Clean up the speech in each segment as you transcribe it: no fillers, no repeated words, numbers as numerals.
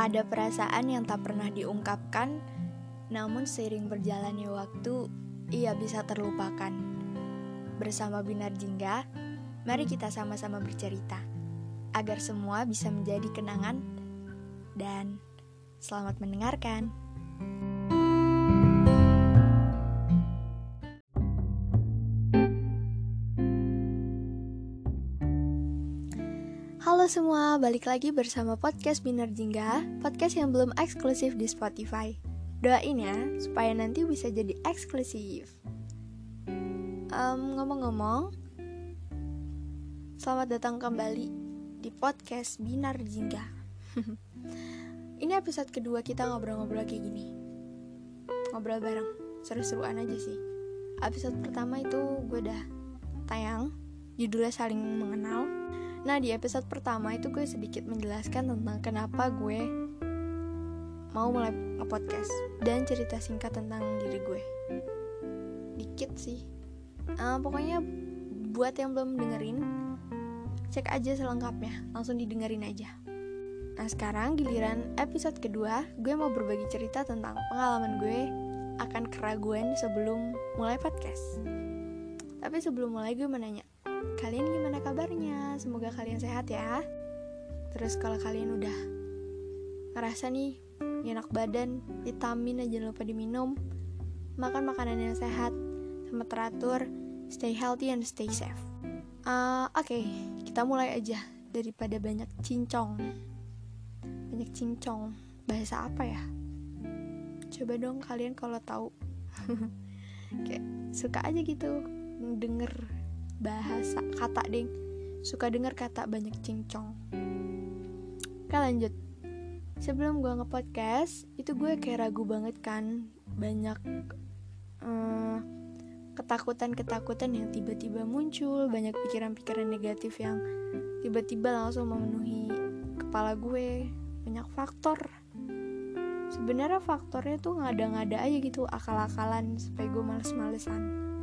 Ada perasaan yang tak pernah diungkapkan, namun seiring berjalannya waktu, ia bisa terlupakan. Bersama Binar Jingga, mari kita sama-sama bercerita, agar semua bisa menjadi kenangan, dan selamat mendengarkan. Halo semua, balik lagi bersama podcast Binar Jingga, podcast yang belum eksklusif di Spotify. Doain ya, supaya nanti bisa jadi eksklusif. Ngomong-ngomong, selamat datang kembali di podcast Binar Jingga. Ini episode kedua kita ngobrol-ngobrol kayak gini. Ngobrol bareng, seru-seruan aja sih. Episode pertama itu gue udah tayang, judulnya Saling Mengenal. Nah, di episode pertama itu gue sedikit menjelaskan tentang kenapa gue mau mulai nge-podcast dan cerita singkat tentang diri gue. Dikit sih. Pokoknya buat yang belum dengerin, cek aja selengkapnya, langsung didengerin aja. Nah, sekarang giliran episode kedua, gue mau berbagi cerita tentang pengalaman gue akan keraguan sebelum mulai podcast. Tapi sebelum mulai gue mau nanya, kalian gimana kabarnya? Semoga kalian sehat ya. Terus kalau kalian udah ngerasa nih enak badan, vitamin aja lupa diminum, makan makanan yang sehat, sama teratur, stay healthy and stay safe. Oke, kita mulai aja daripada banyak cincong. Banyak cincong, bahasa apa ya? Coba dong kalian kalau tahu. Kayak suka aja gitu denger bahasa kata ding, suka denger kata banyak cincong. Oke, lanjut. Sebelum gue nge-podcast itu gue kayak ragu banget kan, banyak ketakutan yang tiba-tiba muncul, banyak pikiran-pikiran negatif yang tiba-tiba langsung memenuhi kepala gue. Banyak faktor. Sebenarnya faktornya tuh ngada-ngada aja gitu, akal-akalan supaya gue males-malesan.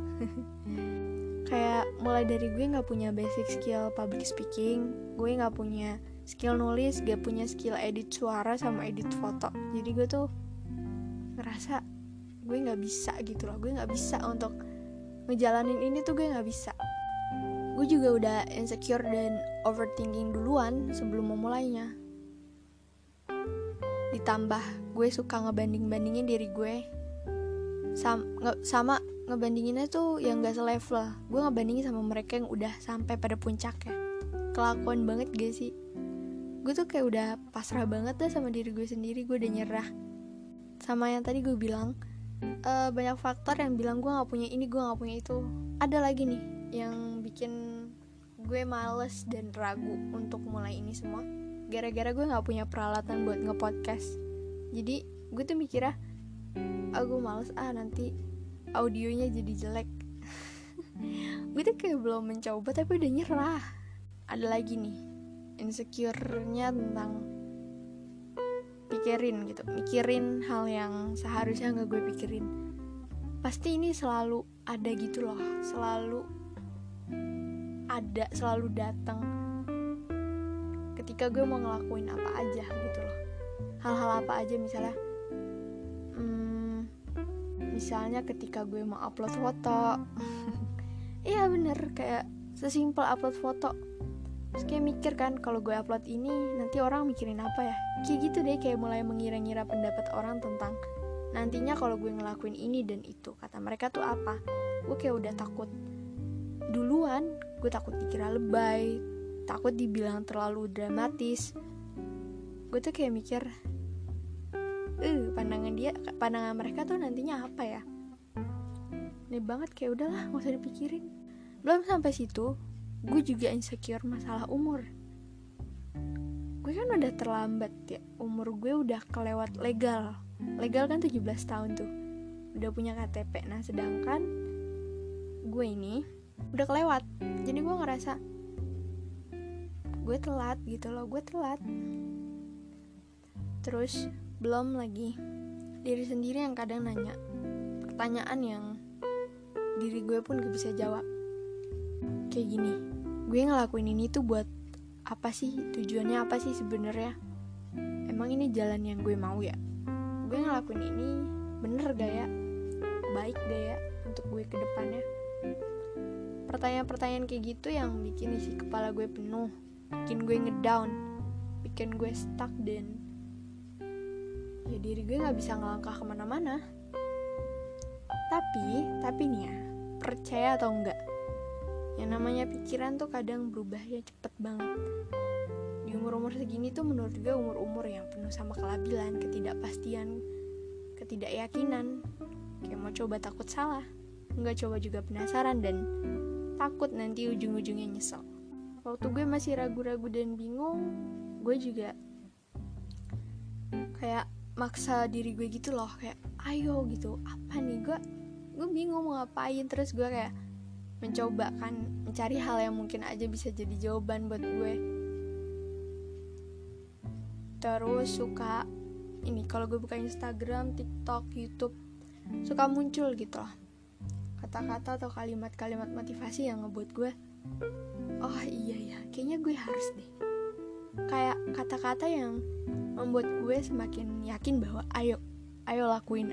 Kayak mulai dari gue gak punya basic skill public speaking, gue gak punya skill nulis, gak punya skill edit suara sama edit foto. Jadi gue tuh ngerasa gue gak bisa gitu loh. Gue gak bisa untuk ngejalanin ini tuh, gue gak bisa. Gue juga udah insecure dan overthinking duluan sebelum memulainya. Ditambah gue suka ngebanding-bandingin diri gue sama ngebandinginnya tuh yang gak selevel. Gue ngebandingin sama mereka yang udah sampai pada puncaknya. Kelakuan banget gak sih? Gue tuh kayak udah pasrah banget dah sama diri gue sendiri. Gue udah nyerah. Sama yang tadi gue bilang, banyak faktor yang bilang gue gak punya ini, gue gak punya itu. Ada lagi nih yang bikin gue males dan ragu untuk mulai ini semua, gara-gara gue gak punya peralatan buat nge-podcast. Jadi gue tuh mikirnya, gue males nanti audionya jadi jelek. Gue tuh kayak belum mencoba tapi udah nyerah. Ada lagi nih insecure-nya tentang mikirin hal yang seharusnya gak gue pikirin. Pasti ini selalu ada gitu loh, selalu datang ketika gue mau ngelakuin apa aja gitu loh. Hal-hal apa aja, misalnya ketika gue mau upload foto. Iya bener, kayak sesimpel upload foto. Terus kayak mikir kan, kalau gue upload ini nanti orang mikirin apa ya. Kayak gitu deh, kayak mulai mengira-ngira pendapat orang tentang nantinya kalau gue ngelakuin ini dan itu, kata mereka tuh apa. Gue kayak udah takut duluan. Gue takut dikira lebay, takut dibilang terlalu dramatis. Gue tuh kayak mikir, pandangan mereka tuh nantinya apa ya. Ini banget, kayak udahlah gak usah dipikirin. Belum sampai situ, gue juga insecure masalah umur. Gue kan udah terlambat ya, umur gue udah kelewat legal kan 17 tahun tuh, udah punya KTP. Nah sedangkan gue ini udah kelewat. Jadi gue ngerasa gue telat gitu loh, Terus belum lagi diri sendiri yang kadang nanya pertanyaan yang diri gue pun gak bisa jawab. Kayak gini, gue ngelakuin ini tuh buat apa sih? Tujuannya apa sih sebenarnya? emang ini jalan yang gue mau ya? Gue ngelakuin ini bener gak ya? Baik gak ya untuk gue ke depannya? Pertanyaan-pertanyaan kayak gitu yang bikin isi kepala gue penuh, bikin gue ngedown, bikin gue stuck, dan ya diri gue gak bisa ngelangkah kemana-mana. Tapi nih ya, percaya atau enggak, yang namanya pikiran tuh kadang berubahnya cepet banget. Di umur-umur segini tuh menurut gue umur-umur yang penuh sama kelabilan, ketidakpastian, ketidakyakinan. Kayak mau coba takut salah, nggak coba juga penasaran, dan takut nanti ujung-ujungnya nyesel. Waktu gue masih ragu-ragu dan bingung, gue juga kayak maksa diri gue gitu loh, kayak ayo gitu, apa nih, gue bingung mau ngapain. Terus gue kayak mencoba kan mencari hal yang mungkin aja bisa jadi jawaban buat gue. Terus suka ini, kalau gue buka Instagram, TikTok, YouTube, suka muncul gitu loh kata-kata atau kalimat-kalimat motivasi yang ngebuat gue, oh iya ya, kayaknya gue harus deh. Kayak kata-kata yang membuat gue semakin yakin bahwa ayo lakuin.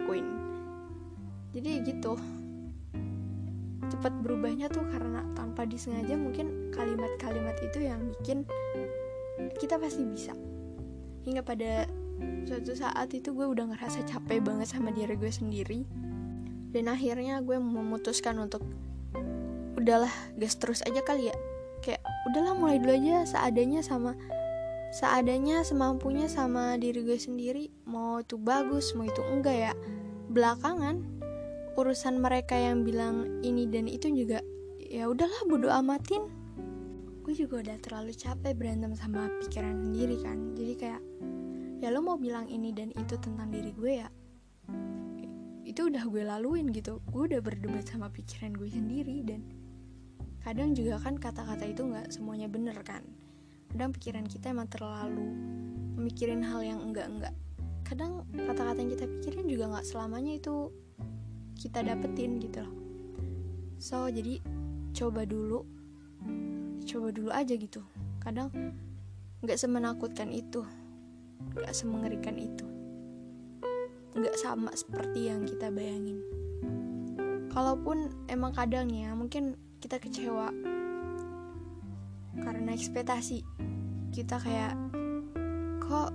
Jadi gitu, cepat berubahnya tuh karena tanpa disengaja mungkin kalimat-kalimat itu yang bikin kita pasti bisa. Hingga pada suatu saat itu gue udah ngerasa capek banget sama diri gue sendiri, dan akhirnya gue memutuskan untuk udahlah, gas terus aja kali ya. Kayak udahlah, mulai dulu aja seadanya semampunya sama diri gue sendiri. Mau itu bagus, mau itu enggak ya belakangan. Urusan mereka yang bilang ini dan itu juga ya udahlah, bodo amatin. Gue juga udah terlalu capek berantem sama pikiran sendiri kan. Jadi kayak ya lo mau bilang ini dan itu tentang diri gue ya, itu udah gue laluin gitu. Gue udah berdebat sama pikiran gue sendiri, dan kadang juga kan kata-kata itu gak semuanya bener kan. Kadang pikiran kita emang terlalu memikirin hal yang enggak. Kadang kata-kata yang kita pikirin juga gak selamanya itu kita dapetin gitu loh. So jadi coba dulu aja gitu. Kadang gak semenakutkan itu, gak semengerikan itu, gak sama seperti yang kita bayangin. Kalaupun emang kadang ya mungkin kita kecewa karena ekspektasi kita, kayak kok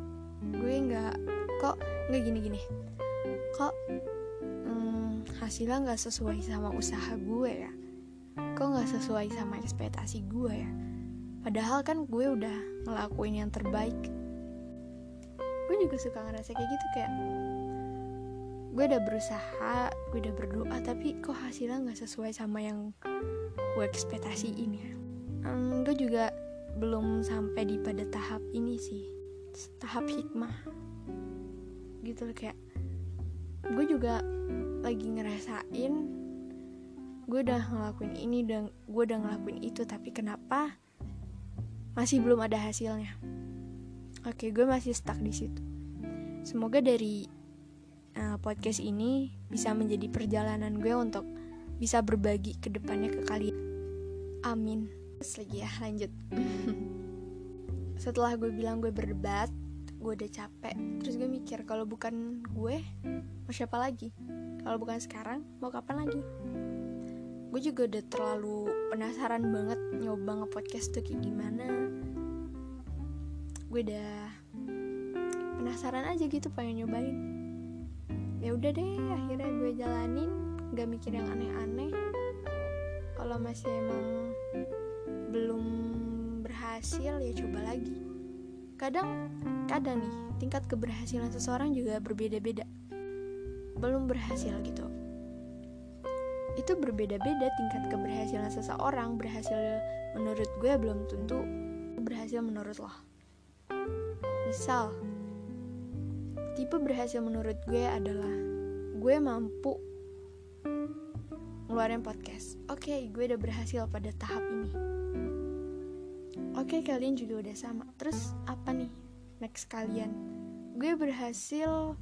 gini, kok hasilnya gak sesuai sama usaha gue ya, kok gak sesuai sama ekspektasi gue ya, padahal kan gue udah ngelakuin yang terbaik. Gue juga suka ngerasa kayak gitu, kayak gue udah berusaha, gue udah berdoa, tapi kok hasilnya gak sesuai sama yang gue ekspektasiin ya. Gue juga belum sampai pada tahap ini sih, tahap hikmah gitu loh. Kayak gue juga lagi ngerasain gue udah ngelakuin ini dan gue udah ngelakuin itu, tapi kenapa masih belum ada hasilnya. Oke, gue masih stuck di situ. Semoga dari podcast ini bisa menjadi perjalanan gue untuk bisa berbagi ke depannya ke kalian. Amin. Terus lagi ya, lanjut. Setelah gue bilang gue berdebat, gue udah capek. Terus gue mikir, kalau bukan gue, mau siapa lagi? Kalau bukan sekarang, mau kapan lagi? Gue juga udah terlalu penasaran banget nyoba nge-podcast tuh kayak gimana. Gue udah penasaran aja gitu, pengen nyobain. Ya udah deh, akhirnya gue jalanin, gak mikir yang aneh-aneh. Kalau masih emang belum berhasil, ya coba lagi. Kadang nih, tingkat keberhasilan seseorang juga berbeda-beda. Belum berhasil gitu, itu berbeda-beda tingkat keberhasilan seseorang. Berhasil menurut gue belum tentu berhasil menurut lo. Misal, tipe berhasil menurut gue adalah gue mampu ngeluarin podcast. Oke, gue udah berhasil pada tahap ini. Oke, kalian juga udah sama. Terus apa nih next kalian? Gue berhasil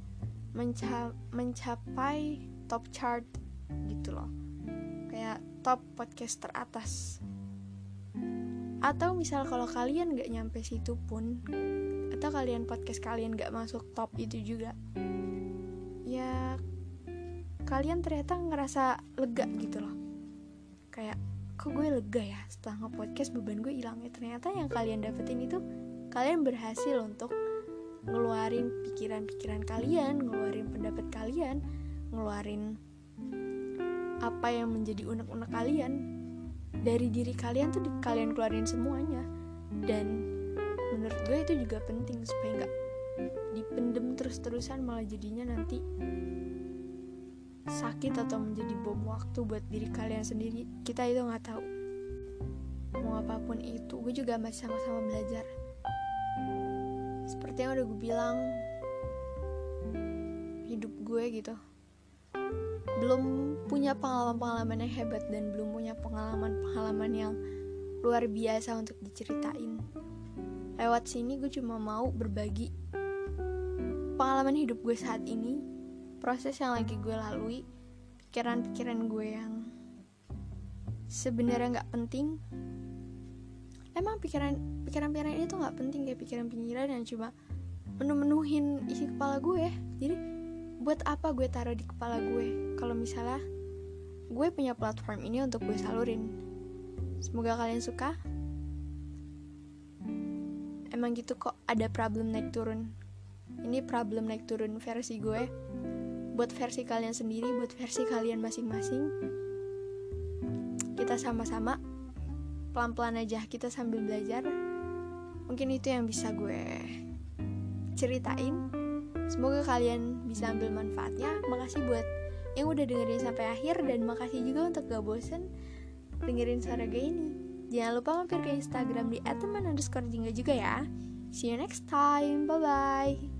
mencapai top chart gitu loh, kayak top podcast teratas. Atau misal kalau kalian gak nyampe situ pun, atau kalian podcast kalian gak masuk top itu juga, ya kalian ternyata ngerasa lega gitu loh. Kayak, kok gue lega ya setelah nge-podcast, beban gue hilang. Ya ternyata yang kalian dapetin itu kalian berhasil untuk ngeluarin pikiran-pikiran kalian, ngeluarin pendapat kalian, ngeluarin apa yang menjadi unek-unek kalian dari diri kalian tuh kalian keluarin semuanya. Dan menurut gue itu juga penting supaya nggak dipendem terus-terusan, malah jadinya nanti sakit atau menjadi bom waktu buat diri kalian sendiri. Kita itu nggak tahu. Mau apapun itu, gue juga masih sama-sama belajar. Seperti yang udah gue bilang, hidup gue gitu belum punya pengalaman-pengalaman yang hebat dan belum punya pengalaman-pengalaman yang luar biasa untuk diceritain. Lewat sini gue cuma mau berbagi pengalaman hidup gue saat ini, proses yang lagi gue lalui, pikiran-pikiran gue yang sebenarnya gak penting. Emang pikiran-pikiran ini tuh gak penting, kayak pikiran-pikiran yang cuma menu-menuhin isi kepala gue. Jadi buat apa gue taruh di kepala gue kalau misalnya gue punya platform ini untuk gue salurin. Semoga kalian suka. Emang gitu kok, ada problem naik turun. Ini problem naik turun versi gue. Buat versi kalian sendiri, buat versi kalian masing-masing. Kita sama-sama pelan-pelan aja, kita sambil belajar. Mungkin itu yang bisa gue ceritain. Semoga kalian bisa ambil manfaatnya. Makasih buat yang udah dengerin sampai akhir, dan makasih juga untuk gak bosen dengerin suara gue ini. Jangan lupa mampir ke Instagram di @teman_jingga juga ya. See you next time, bye bye.